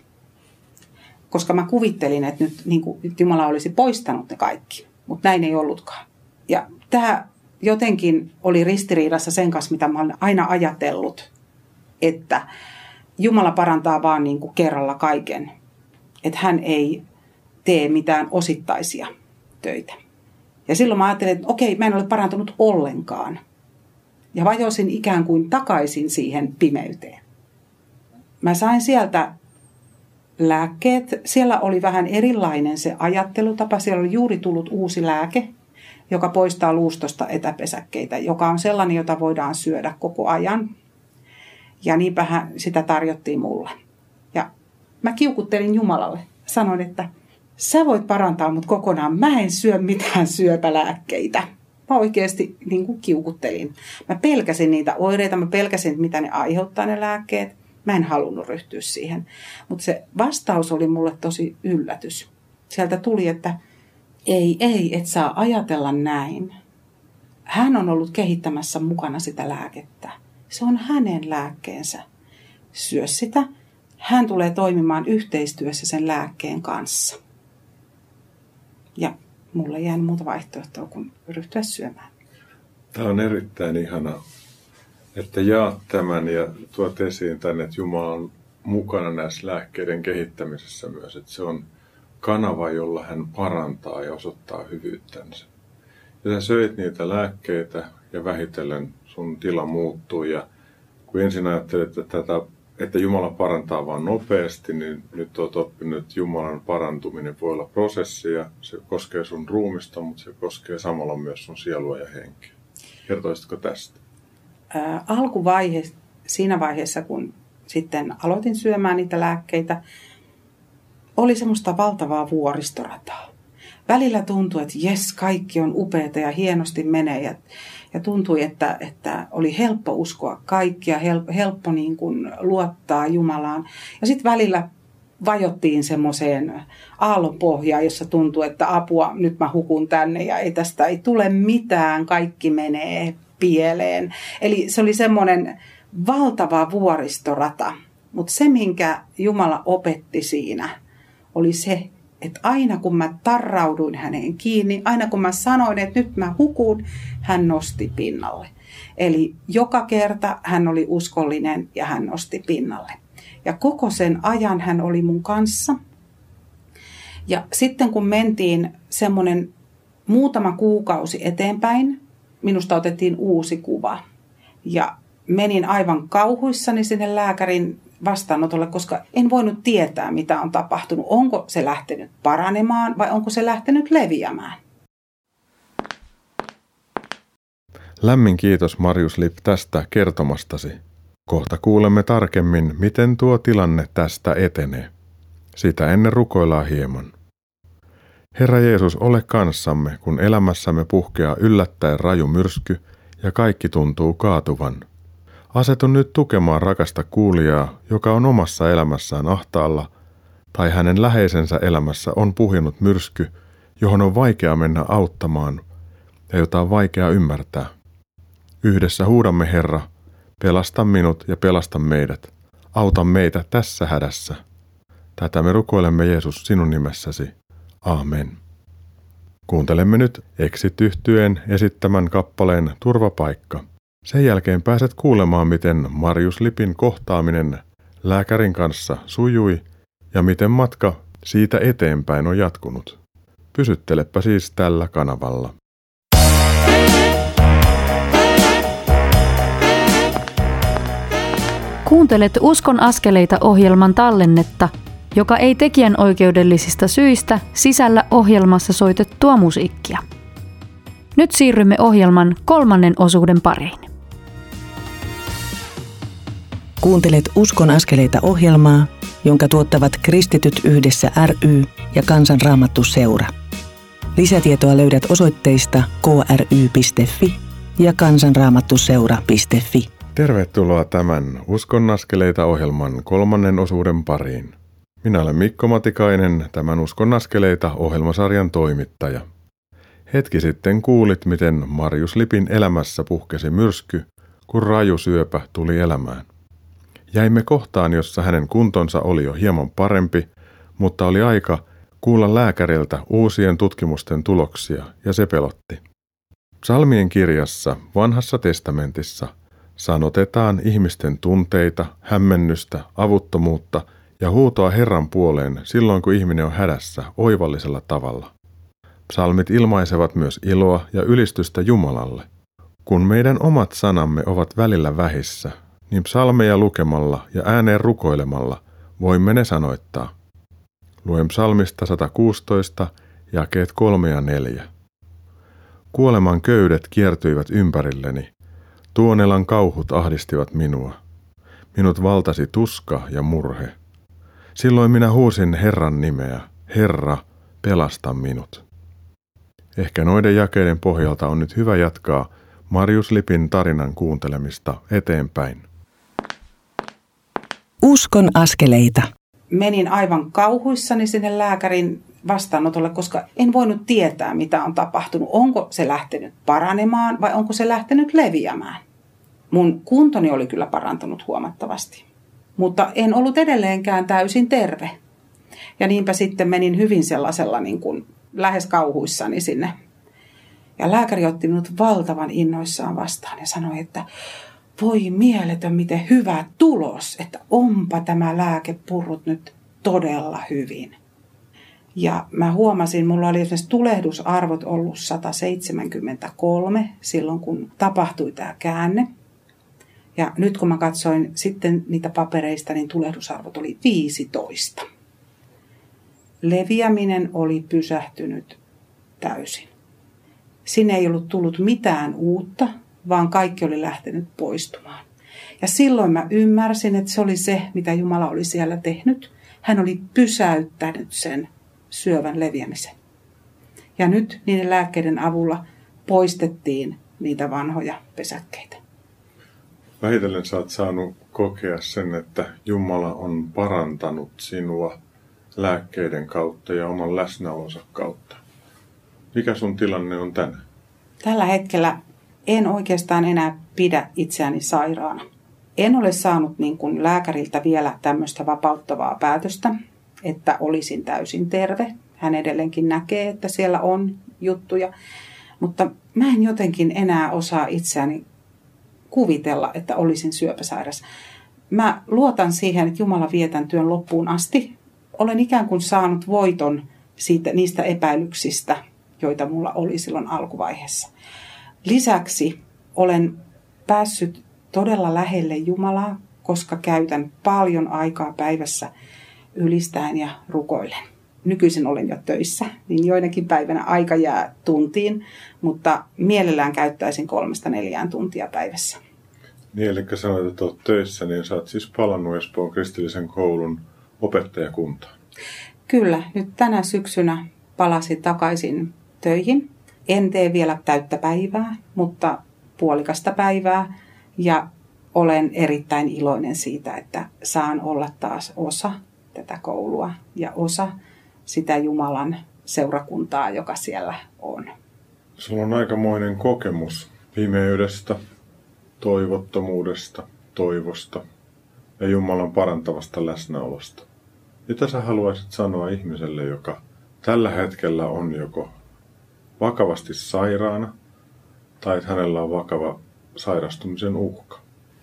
Koska mä kuvittelin, että nyt niin kuin, Jumala olisi poistanut ne kaikki, mutta näin ei ollutkaan. Ja tämä jotenkin oli ristiriidassa sen kanssa, mitä mä olen aina ajatellut, että Jumala parantaa vaan niin kuin kerralla kaiken. Että hän ei tee mitään osittaisia töitä. Ja silloin mä ajattelin, että okei, mä en ole parantunut ollenkaan. Ja vajosin ikään kuin takaisin siihen pimeyteen. Mä sain sieltä lääkkeet. Siellä oli vähän erilainen se ajattelutapa. Siellä oli juuri tullut uusi lääke, joka poistaa luustosta etäpesäkkeitä, joka on sellainen, jota voidaan syödä koko ajan. Ja niinpähän sitä tarjottiin mulle. Ja mä kiukuttelin Jumalalle. Sanoin, että sä voit parantaa mut kokonaan. Mä en syö mitään syöpälääkkeitä. Mä oikeasti niin kuin kiukuttelin. Mä pelkäsin niitä oireita. Mä pelkäsin, mitä ne aiheuttaa ne lääkkeet. Mä en halunnut ryhtyä siihen. Mutta se vastaus oli mulle tosi yllätys. Sieltä tuli, että ei, ei, et saa ajatella näin. Hän on ollut kehittämässä mukana sitä lääkettä. Se on hänen lääkkeensä. Syö sitä. Hän tulee toimimaan yhteistyössä sen lääkkeen kanssa. Ja mulle ei jäänyt muuta vaihtoehtoa kuin ryhtyä syömään. Tämä on erittäin ihanaa, että jaat tämän ja tuot esiin tänne, että Jumala on mukana näissä lääkkeiden kehittämisessä myös. Että se on kanava, jolla hän parantaa ja osoittaa hyvyyttänsä. Ja sä söit niitä lääkkeitä ja vähitellen sun tila muuttuu. Ja kun ensin ajattelet, että, tätä, että Jumala parantaa vaan nopeasti, niin nyt olet oppinut, että Jumalan parantuminen voi olla prosessi ja se koskee sun ruumista, mutta se koskee samalla myös sun sielua ja henkeä. Kertoisitko tästä? Ää, alkuvaihe, siinä vaiheessa, kun sitten aloitin syömään niitä lääkkeitä, oli semmoista valtavaa vuoristorataa. Välillä tuntui, että jes, kaikki on upeata ja hienosti menee. Ja, ja tuntui, että, että oli helppo uskoa kaikkia, helppo, helppo niin kuin luottaa Jumalaan. Ja sitten välillä vajottiin semmoiseen aallonpohjaan, jossa tuntui, että apua, nyt mä hukun tänne ja ei tästä ei tule mitään, kaikki menee pieleen. Eli se oli semmoinen valtava vuoristorata. Mutta se, minkä Jumala opetti siinä, oli se, että aina kun mä tarrauduin häneen kiinni, aina kun mä sanoin, että nyt mä hukun, hän nosti pinnalle. Eli joka kerta hän oli uskollinen ja hän nosti pinnalle. Ja koko sen ajan hän oli mun kanssa. Ja sitten kun mentiin semmoinen muutama kuukausi eteenpäin, minusta otettiin uusi kuva. Ja menin aivan kauhuissani sinne lääkärin vastaanotolle, koska en voinut tietää, mitä on tapahtunut. Onko se lähtenyt paranemaan vai onko se lähtenyt leviämään? Lämmin kiitos Marjus Lipp tästä kertomastasi. Kohta kuulemme tarkemmin, miten tuo tilanne tästä etenee. Sitä ennen rukoillaan hieman. Herra Jeesus, ole kanssamme, kun elämässämme puhkeaa yllättäen raju myrsky ja kaikki tuntuu kaatuvan. Asetu nyt tukemaan rakasta kuulijaa, joka on omassa elämässään ahtaalla, tai hänen läheisensä elämässä on puhinut myrsky, johon on vaikea mennä auttamaan ja jota on vaikea ymmärtää. Yhdessä huudamme, Herra, pelasta minut ja pelasta meidät. Auta meitä tässä hädässä. Tätä me rukoilemme, Jeesus, sinun nimessäsi. Aamen. Kuuntelemme nyt Exit-yhtyeen esittämän kappaleen Turvapaikka. Sen jälkeen pääset kuulemaan, miten Marjus Lipin kohtaaminen lääkärin kanssa sujui ja miten matka siitä eteenpäin on jatkunut. Pysyttelepä siis tällä kanavalla. Kuuntelet Uskon askeleita -ohjelman tallennetta, joka ei tekijänoikeudellisista syistä sisällä ohjelmassa soitettua musiikkia. Nyt siirrymme ohjelman kolmannen osuuden pariin. Kuuntelet Uskon askeleita -ohjelmaa, jonka tuottavat Kristityt yhdessä ry ja Kansan Raamattu Seura. Lisätietoa löydät osoitteista k r y piste f i ja kansanraamattuseura piste f i. Tervetuloa tämän Uskon askeleita -ohjelman kolmannen osuuden pariin. Minä olen Mikko Matikainen, tämän Uskon askeleita -ohjelmasarjan toimittaja. Hetki sitten kuulit, miten Marjus Lipin elämässä puhkesi myrsky, kun raju syöpä tuli elämään. Jäimme kohtaan, jossa hänen kuntonsa oli jo hieman parempi, mutta oli aika kuulla lääkäriltä uusien tutkimusten tuloksia, ja se pelotti. Psalmien kirjassa, Vanhassa testamentissa, sanotetaan ihmisten tunteita, hämmennystä, avuttomuutta ja huutoa Herran puoleen silloin, kun ihminen on hädässä oivallisella tavalla. Psalmit ilmaisevat myös iloa ja ylistystä Jumalalle. Kun meidän omat sanamme ovat välillä vähissä, niin psalmeja lukemalla ja ääneen rukoilemalla voimme ne sanoittaa. Luen psalmista sata kuusitoista, jakeet kolme ja neljä. Kuoleman köydet kiertyivät ympärilleni. Tuonelan kauhut ahdistivat minua. Minut valtasi tuska ja murhe. Silloin minä huusin Herran nimeä. Herra, pelasta minut. Ehkä noiden jakeiden pohjalta on nyt hyvä jatkaa Marjus Lipin tarinan kuuntelemista eteenpäin. Uskon askeleita. Menin aivan kauhuissani sinne lääkärin vastaanotolle, koska en voinut tietää, mitä on tapahtunut. Onko se lähtenyt paranemaan vai onko se lähtenyt leviämään? Mun kuntoni oli kyllä parantunut huomattavasti, mutta en ollut edelleenkään täysin terve. Ja niinpä sitten menin hyvin sellaisella niin kuin lähes kauhuissani sinne. Ja lääkäri otti minut valtavan innoissaan vastaan ja sanoi, että voi mieletön, miten hyvä tulos, että onpa tämä lääke purrut nyt todella hyvin. Ja mä huomasin, mulla oli esimerkiksi tulehdusarvot ollut sata seitsemänkymmentäkolme silloin, kun tapahtui tämä käänne. Ja nyt kun mä katsoin sitten niitä papereista, niin tulehdusarvot oli viisitoista. Leviäminen oli pysähtynyt täysin. Sinne ei ollut tullut mitään uutta, vaan kaikki oli lähtenyt poistumaan. Ja silloin mä ymmärsin, että se oli se, mitä Jumala oli siellä tehnyt. Hän oli pysäyttänyt sen syövän leviämisen. Ja nyt niiden lääkkeiden avulla poistettiin niitä vanhoja pesäkkeitä. Vähitellen sä oot saanut kokea sen, että Jumala on parantanut sinua lääkkeiden kautta ja oman läsnäolonsa kautta. Mikä sun tilanne on tänään? Tällä hetkellä en oikeastaan enää pidä itseäni sairaana. En ole saanut niin kuin lääkäriltä vielä tämmöistä vapauttavaa päätöstä, että olisin täysin terve. Hän edelleenkin näkee, että siellä on juttuja, mutta mä en jotenkin enää osaa itseäni kuvitella, että olisin syöpäsairas. Mä luotan siihen, että Jumala vie tämän työn loppuun asti. Olen ikään kuin saanut voiton siitä, niistä epäilyksistä, joita mulla oli silloin alkuvaiheessa. Lisäksi olen päässyt todella lähelle Jumalaa, koska käytän paljon aikaa päivässä ylistäen ja rukoillen. Nykyisin olen jo töissä, niin joinakin päivänä aika jää tuntiin, mutta mielellään käyttäisin kolmesta neljään tuntia päivässä. Niin, eli sanoit, että olet töissä, niin sä oot siis palannut Espoon kristillisen koulun opettajakuntaan. Kyllä, nyt tänä syksynä palasin takaisin töihin. En tee vielä täyttä päivää, mutta puolikasta päivää ja olen erittäin iloinen siitä, että saan olla taas osa tätä koulua ja osa sitä Jumalan seurakuntaa, joka siellä on. Sulla on aikamoinen kokemus pimeydestä, toivottomuudesta, toivosta ja Jumalan parantavasta läsnäolosta. Mitä sä haluaisit sanoa ihmiselle, joka tällä hetkellä on joko vakavasti sairaana tai että hänellä on vakava sairastumisen uhka?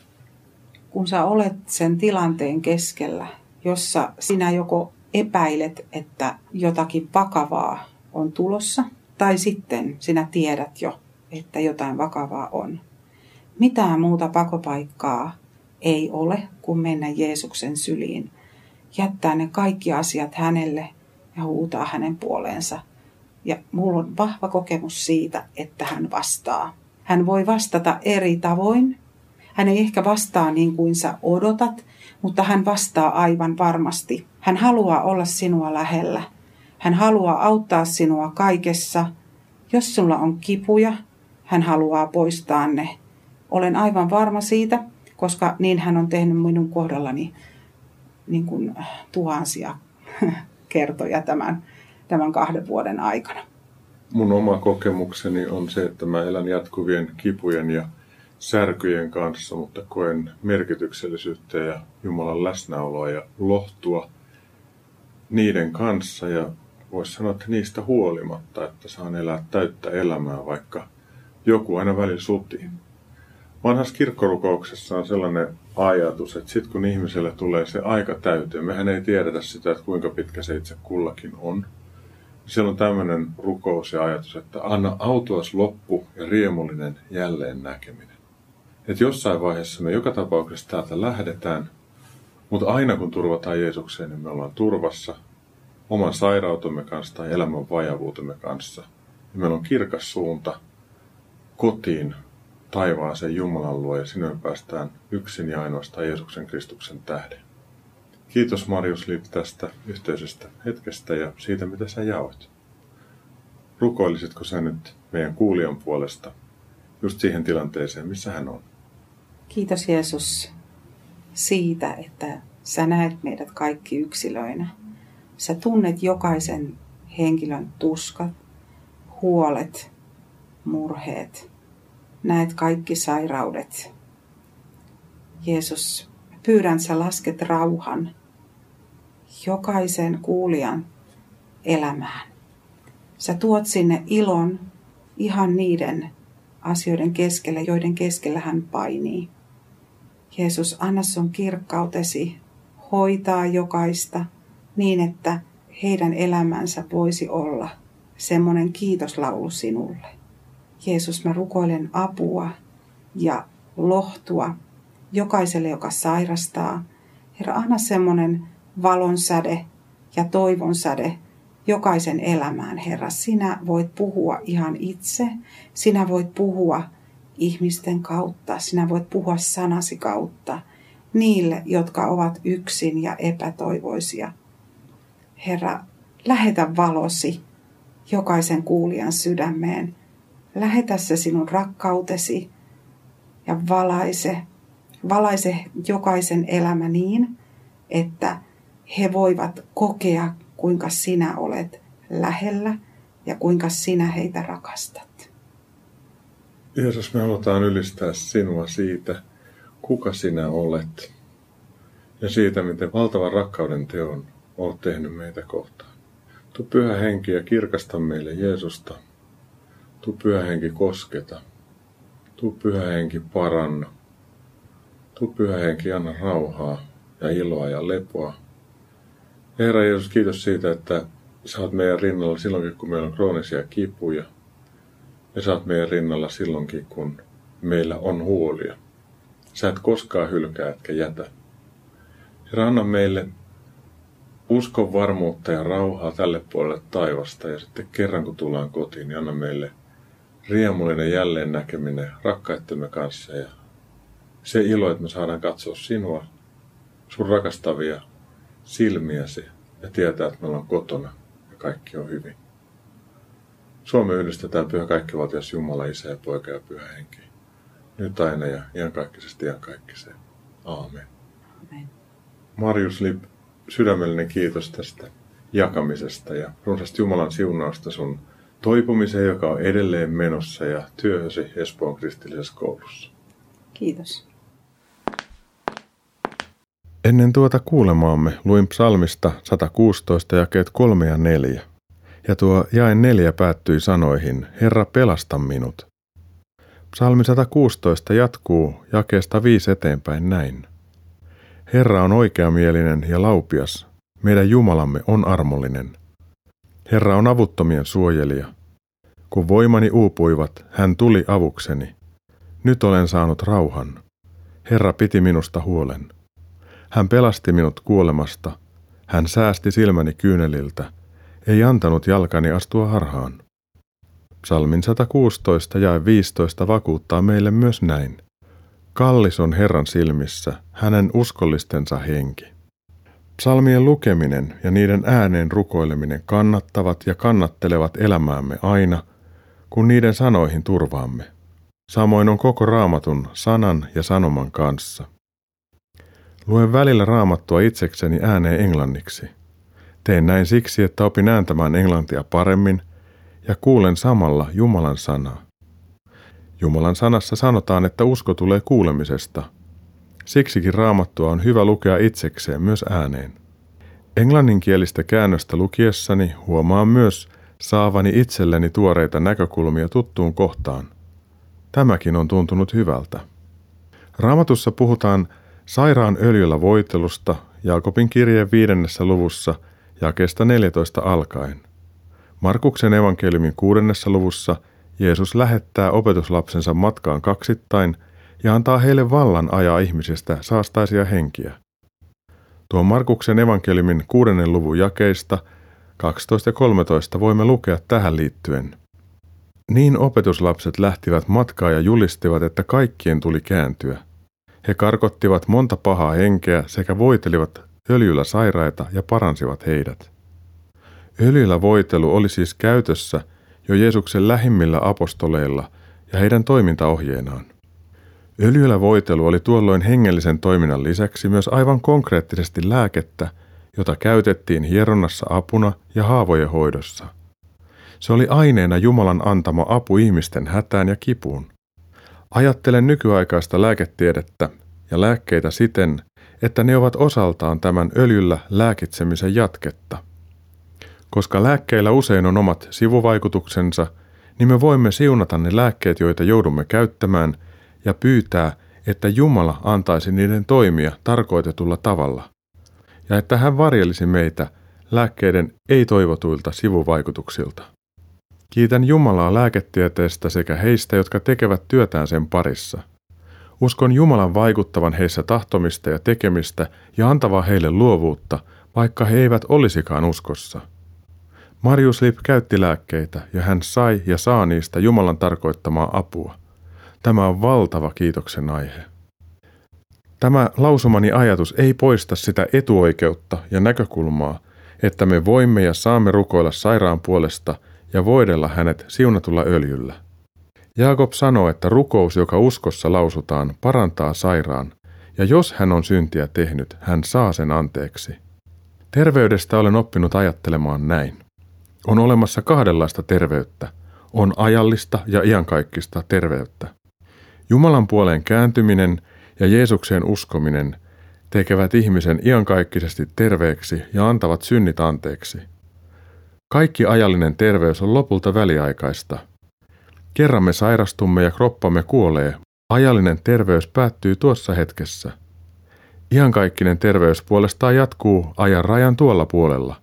Kun sä olet sen tilanteen keskellä, jossa sinä joko epäilet, että jotakin vakavaa on tulossa, tai sitten sinä tiedät jo, että jotain vakavaa on. Mitään muuta pakopaikkaa ei ole kuin mennä Jeesuksen syliin, jättää ne kaikki asiat hänelle ja huutaa hänen puoleensa. Ja mulla on vahva kokemus siitä, että hän vastaa. Hän voi vastata eri tavoin. Hän ei ehkä vastaa niin kuin sä odotat, mutta hän vastaa aivan varmasti. Hän haluaa olla sinua lähellä. Hän haluaa auttaa sinua kaikessa. Jos sulla on kipuja, hän haluaa poistaa ne. Olen aivan varma siitä, koska niin hän on tehnyt minun kohdallani niin kuin tuhansia kertoja tämän, tämän kahden vuoden aikana. Mun oma kokemukseni on se, että mä elän jatkuvien kipujen ja särkyjen kanssa, mutta koen merkityksellisyyttä ja Jumalan läsnäoloa ja lohtua niiden kanssa. Ja voisi sanoa, että niistä huolimatta, että saan elää täyttä elämää, vaikka joku aina välillä sutii. Vanhassa kirkkorukouksessa on sellainen ajatus, että sitten kun ihmiselle tulee se aika täyteen, mehän ei tiedetä sitä, että kuinka pitkä se itse kullakin on. Siellä on tämmöinen rukous ja ajatus, että anna autuas loppu ja riemullinen jälleen näkeminen. Että jossain vaiheessa me joka tapauksessa täältä lähdetään, mutta aina kun turvataan Jeesukseen, niin me ollaan turvassa oman sairautemme kanssa tai elämän vajavuutemme kanssa. Ja meillä on kirkas suunta kotiin, taivaaseen Jumalan luo ja sinne päästään yksin ja ainoastaan Jeesuksen Kristuksen tähden. Kiitos Marius Liit tästä yhteisestä hetkestä ja siitä, mitä sä jaoit. Rukoilisitko sä nyt meidän kuulijan puolesta just siihen tilanteeseen, missä hän on? Kiitos Jeesus siitä, että sä näet meidät kaikki yksilöinä. Sä tunnet jokaisen henkilön tuskat, huolet, murheet. Näet kaikki sairaudet. Jeesus, pyydän sä lasket rauhan jokaisen kuulijan elämään. Sä tuot sinne ilon ihan niiden asioiden keskellä, joiden keskellä hän painii. Jeesus, anna sun kirkkautesi hoitaa jokaista niin, että heidän elämänsä voisi olla semmoinen kiitoslaulu sinulle. Jeesus, mä rukoilen apua ja lohtua jokaiselle, joka sairastaa. Herra, anna semmoinen valon säde ja toivon säde jokaisen elämään. Herra, sinä voit puhua ihan itse. Sinä voit puhua ihmisten kautta. Sinä voit puhua sanasi kautta niille, jotka ovat yksin ja epätoivoisia. Herra, lähetä valosi jokaisen kuulijan sydämeen. Lähetä se sinun rakkautesi ja valaise, valaise jokaisen elämä niin, että he voivat kokea, kuinka sinä olet lähellä ja kuinka sinä heitä rakastat. Jeesus, me halutaan ylistää sinua siitä, kuka sinä olet ja siitä, miten valtavan rakkauden teon olet tehnyt meitä kohtaan. Tuu Pyhä Henki ja kirkasta meille Jeesusta. Tuu Pyhä Henki kosketa. Tuu Pyhä Henki paranna. Tuu Pyhä Henki anna rauhaa ja iloa ja lepoa. Herra Jeesus, kiitos siitä, että sä oot meidän rinnalla silloinkin, kun meillä on kroonisia kipuja. Ja sä oot meidän rinnalla silloinkin, kun meillä on huolia. Sä et koskaan hylkää, etkä jätä. Herra, anna meille uskon varmuutta ja rauhaa tälle puolelle taivasta. Ja sitten kerran, kun tullaan kotiin, niin anna meille riemullinen jälleen näkeminen rakkaittemme kanssa. Ja se ilo, että me saadaan katsoa sinua, sun rakastavia silmiäsi ja tietää, että me ollaan kotona ja kaikki on hyvin. Suomi yhdistetään Pyhä Kaikkivaltias Jumala, Isä ja Poika ja Pyhä Henki. Nyt aina ja iankaikkisesti iankaikkiseen. Aamen. Amen. Marjus Lipp, sydämellinen kiitos tästä jakamisesta ja runsasta Jumalan siunausta sun toipumiseen, joka on edelleen menossa, ja työhösi Espoon kristillisessä koulussa. Kiitos. Ennen tuota kuulemaamme luin psalmista sata kuusitoista jakeet kolme ja neljä. Ja tuo jae neljä päättyi sanoihin, Herra, pelasta minut. Psalmi sata kuusitoista jatkuu jakeesta viisi eteenpäin näin. Herra on oikeamielinen ja laupias, meidän Jumalamme on armollinen. Herra on avuttomien suojelija. Kun voimani uupuivat, hän tuli avukseni. Nyt olen saanut rauhan. Herra piti minusta huolen. Hän pelasti minut kuolemasta. Hän säästi silmäni kyyneliltä. Ei antanut jalkani astua harhaan. Psalmin sata kuusitoista jae viisitoista vakuuttaa meille myös näin. Kallis on Herran silmissä, hänen uskollistensa henki. Psalmien lukeminen ja niiden ääneen rukoileminen kannattavat ja kannattelevat elämäämme aina, kun niiden sanoihin turvaamme. Samoin on koko Raamatun sanan ja sanoman kanssa. Luen välillä Raamattua itsekseni ääneen englanniksi. Teen näin siksi, että opin ääntämään englantia paremmin ja kuulen samalla Jumalan sanaa. Jumalan sanassa sanotaan, että usko tulee kuulemisesta. Siksikin Raamattua on hyvä lukea itsekseen myös ääneen. Englanninkielistä käännöstä lukiessani huomaan myös saavani itselleni tuoreita näkökulmia tuttuun kohtaan. Tämäkin on tuntunut hyvältä. Raamatussa puhutaan sairaan öljyllä voitelusta Jaakobin kirjeen viidennessä luvussa jakeesta neljätoista alkaen. Markuksen evankeliumin kuudennessa luvussa Jeesus lähettää opetuslapsensa matkaan kaksittain ja antaa heille vallan ajaa ihmisistä saastaisia henkiä. Tuon Markuksen evankeliumin kuudennen luvun jakeista kaksitoista ja kolmetoista voimme lukea tähän liittyen. Niin opetuslapset lähtivät matkaa ja julistivat, että kaikkien tuli kääntyä. He karkottivat monta pahaa henkeä sekä voitelivat öljyllä sairaita ja paransivat heidät. Öljyllä voitelu oli siis käytössä jo Jeesuksen lähimmillä apostoleilla ja heidän toimintaohjeenaan. Öljyllä voitelu oli tuolloin hengellisen toiminnan lisäksi myös aivan konkreettisesti lääkettä, jota käytettiin hieronnassa apuna ja haavojen hoidossa. Se oli aineena Jumalan antama apu ihmisten hätään ja kipuun. Ajattelen nykyaikaista lääketiedettä ja lääkkeitä siten, että ne ovat osaltaan tämän öljyllä lääkitsemisen jatketta. Koska lääkkeillä usein on omat sivuvaikutuksensa, niin me voimme siunata ne lääkkeet, joita joudumme käyttämään, ja pyytää, että Jumala antaisi niiden toimia tarkoitetulla tavalla, ja että hän varjelisi meitä lääkkeiden ei-toivotuilta sivuvaikutuksilta. Kiitän Jumalaa lääketieteestä sekä heistä, jotka tekevät työtään sen parissa. Uskon Jumalan vaikuttavan heissä tahtomista ja tekemistä ja antavaa heille luovuutta, vaikka he eivät olisikaan uskossa. Marjus Lipp käytti lääkkeitä ja hän sai ja saa niistä Jumalan tarkoittamaa apua. Tämä on valtava kiitoksen aihe. Tämä lausumani ajatus ei poista sitä etuoikeutta ja näkökulmaa, että me voimme ja saamme rukoilla sairaan puolesta ja voidella hänet siunatulla öljyllä. Jaakob sanoo, että rukous, joka uskossa lausutaan, parantaa sairaan, ja jos hän on syntiä tehnyt, hän saa sen anteeksi. Terveydestä olen oppinut ajattelemaan näin. On olemassa kahdenlaista terveyttä. On ajallista ja iankaikkista terveyttä. Jumalan puoleen kääntyminen ja Jeesukseen uskominen tekevät ihmisen iankaikkisesti terveeksi ja antavat synnit anteeksi. Kaikki ajallinen terveys on lopulta väliaikaista. Kerran me sairastumme ja kroppamme kuolee. Ajallinen terveys päättyy tuossa hetkessä. Iankaikkinen terveys puolestaan jatkuu ajan rajan tuolla puolella.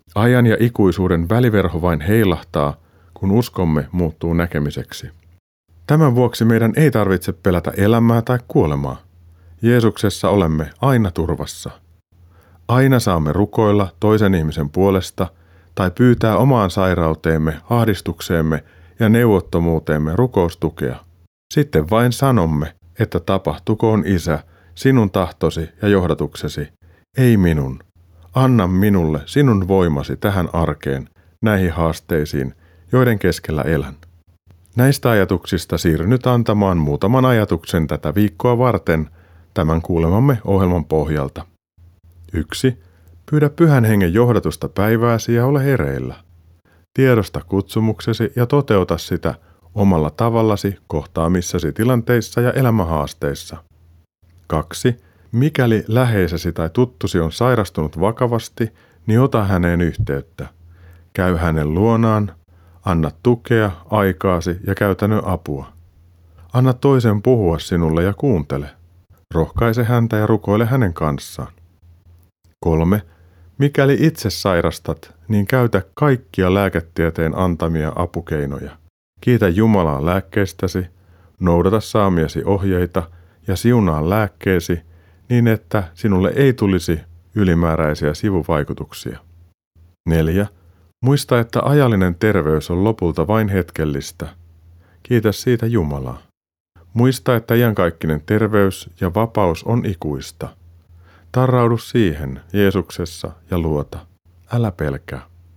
Ajan ja ikuisuuden väliverho vain heilahtaa, kun uskomme muuttuu näkemiseksi. Tämän vuoksi meidän ei tarvitse pelätä elämää tai kuolemaa. Jeesuksessa olemme aina turvassa. Aina saamme rukoilla toisen ihmisen puolesta tai pyytää omaan sairauteemme, ahdistukseemme ja neuvottomuuteemme rukoustukea. Sitten vain sanomme, että tapahtukoon Isä, sinun tahtosi ja johdatuksesi, ei minun. Anna minulle sinun voimasi tähän arkeen, näihin haasteisiin, joiden keskellä elän. Näistä ajatuksista siirryn nyt antamaan muutaman ajatuksen tätä viikkoa varten tämän kuulemamme ohjelman pohjalta. yksi. Pyydä Pyhän Hengen johdatusta päivääsi ja ole hereillä. Tiedosta kutsumuksesi ja toteuta sitä omalla tavallasi kohtaamissasi tilanteissa ja elämänhaasteissa. kaksi. Mikäli läheisesi tai tuttusi on sairastunut vakavasti, niin ota häneen yhteyttä. Käy hänen luonaan, anna tukea, aikaasi ja käytännön apua. Anna toisen puhua sinulle ja kuuntele. Rohkaise häntä ja rukoile hänen kanssaan. kolme. Mikäli itse sairastat, niin käytä kaikkia lääketieteen antamia apukeinoja. Kiitä Jumalaa lääkkeistäsi, noudata saamiesi ohjeita ja siunaa lääkkeesi niin, että sinulle ei tulisi ylimääräisiä sivuvaikutuksia. neljä. Muista, että ajallinen terveys on lopulta vain hetkellistä. Kiitä siitä Jumalaa. Muista, että iankaikkinen terveys ja vapaus on ikuista. Tarraudu siihen Jeesuksessa ja luota. Älä pelkää.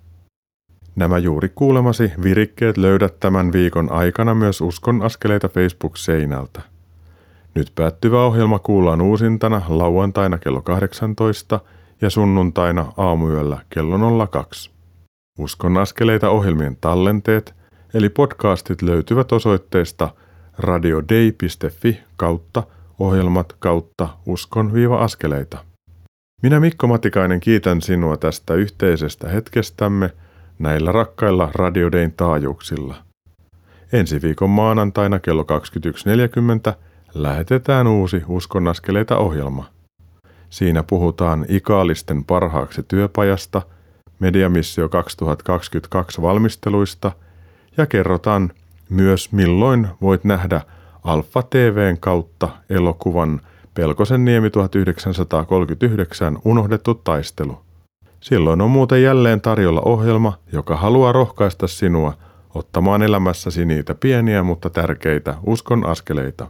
Nämä juuri kuulemasi virikkeet löydät tämän viikon aikana myös Uskon askeleita Facebook-seinältä. Nyt päättyvä ohjelma kuullaan uusintana lauantaina kello kahdeksantoista ja sunnuntaina aamuyöllä kello nolla kaksi. Uskon askeleita ohjelmien tallenteet eli podcastit löytyvät osoitteesta radiodei piste fi kautta ohjelmat kautta uskon-askeleita. Minä Mikko Matikainen kiitän sinua tästä yhteisestä hetkestämme näillä rakkailla Radio Dayn taajuuksilla. Ensi viikon maanantaina kello kaksikymmentäyksi neljäkymmentä lähetetään uusi Uskon askeleita -ohjelma. Siinä puhutaan Ikaalisten parhaaksi -työpajasta, Mediamissio kaksituhattakaksikymmentäkaksi valmisteluista ja kerrotaan myös milloin voit nähdä Alfa T V:n kautta elokuvan Pelkosenniemi tuhatyhdeksänsataakolmekymmentäyhdeksän unohdettu taistelu. Silloin on muuten jälleen tarjolla ohjelma, joka haluaa rohkaista sinua ottamaan elämässäsi niitä pieniä, mutta tärkeitä uskon askeleita.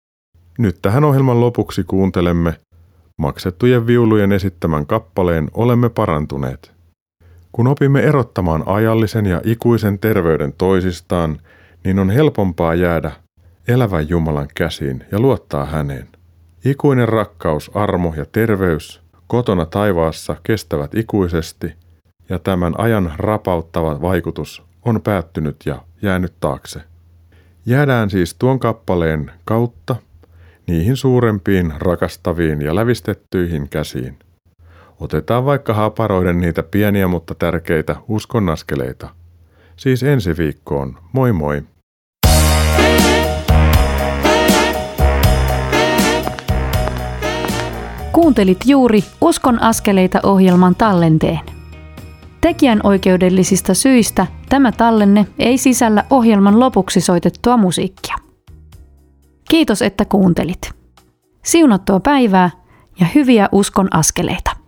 Nyt tähän ohjelman lopuksi kuuntelemme maksettujen viulujen esittämän kappaleen Olemme parantuneet. Kun opimme erottamaan ajallisen ja ikuisen terveyden toisistaan, niin on helpompaa jäädä elävän Jumalan käsiin ja luottaa häneen. Ikuinen rakkaus, armo ja terveys kotona taivaassa kestävät ikuisesti, ja tämän ajan rapauttava vaikutus on päättynyt ja jäänyt taakse. Jäädään siis tuon kappaleen kautta niihin suurempiin, rakastaviin ja lävistettyihin käsiin. Otetaan vaikka haparoiden niitä pieniä, mutta tärkeitä uskon askeleita. Siis ensi viikkoon. Moi moi! Kuuntelit juuri Uskon askeleita -ohjelman tallenteen. Tekijän oikeudellisista syistä tämä tallenne ei sisällä ohjelman lopuksi soitettua musiikkia. Kiitos, että kuuntelit. Siunattua päivää ja hyviä uskon askeleita.